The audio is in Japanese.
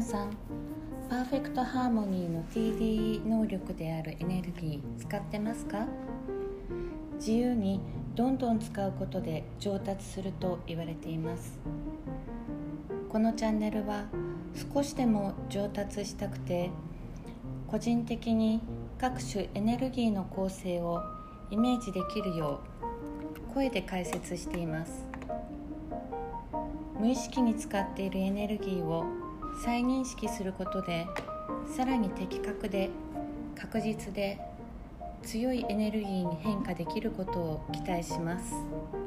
さん、パーフェクトハーモニーの TDE 能力であるエネルギー使ってますか？自由にどんどん使うことで上達すると言われています。このチャンネルは少しでも上達したくて、個人的に各種エネルギーの構成をイメージできるよう声で解説しています。無意識に使っているエネルギーを再認識することで、さらに的確で確実で強いエネルギーに変化できることを期待します。